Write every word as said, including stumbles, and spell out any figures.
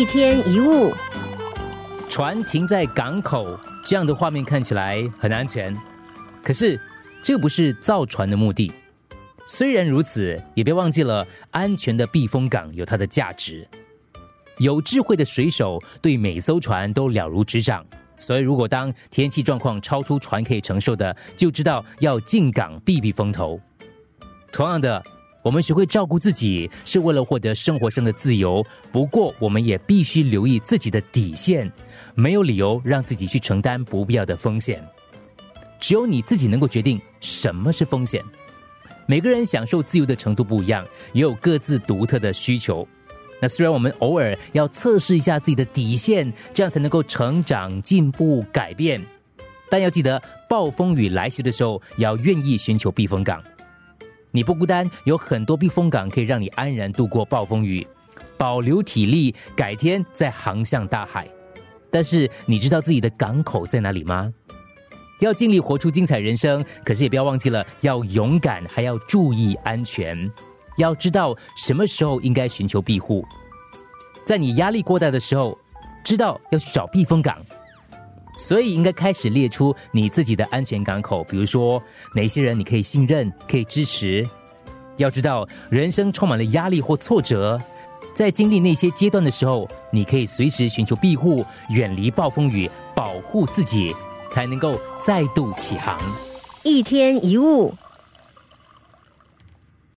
一天一物。 船停在港口，这样的画面看起来很安全，可是这不是造船的目的。虽然如此，也别忘记了安全的避风港有它的价值。有智慧的水手对每艘船都了如指掌，所以如果当天气状况超出船可以承受的，就知道要进港避避风头。同样的，我们学会照顾自己，是为了获得生活上的自由，不过我们也必须留意自己的底线，没有理由让自己去承担不必要的风险。只有你自己能够决定什么是风险。每个人享受自由的程度不一样，也有各自独特的需求。那虽然我们偶尔要测试一下自己的底线，这样才能够成长、进步、改变，但要记得暴风雨来袭的时候，也要愿意寻求避风港。你不孤单，有很多避风港可以让你安然度过暴风雨，保留体力，改天再航向大海。但是你知道自己的港口在哪里吗？要尽力活出精彩人生，可是也不要忘记了要勇敢，还要注意安全。要知道什么时候应该寻求庇护，在你压力过大的时候，知道要去找避风港。所以应该开始列出你自己的安全港口，比如说哪些人你可以信任，可以支持。要知道人生充满了压力或挫折，在经历那些阶段的时候，你可以随时寻求庇护，远离暴风雨，保护自己，才能够再度起航。 一天一物。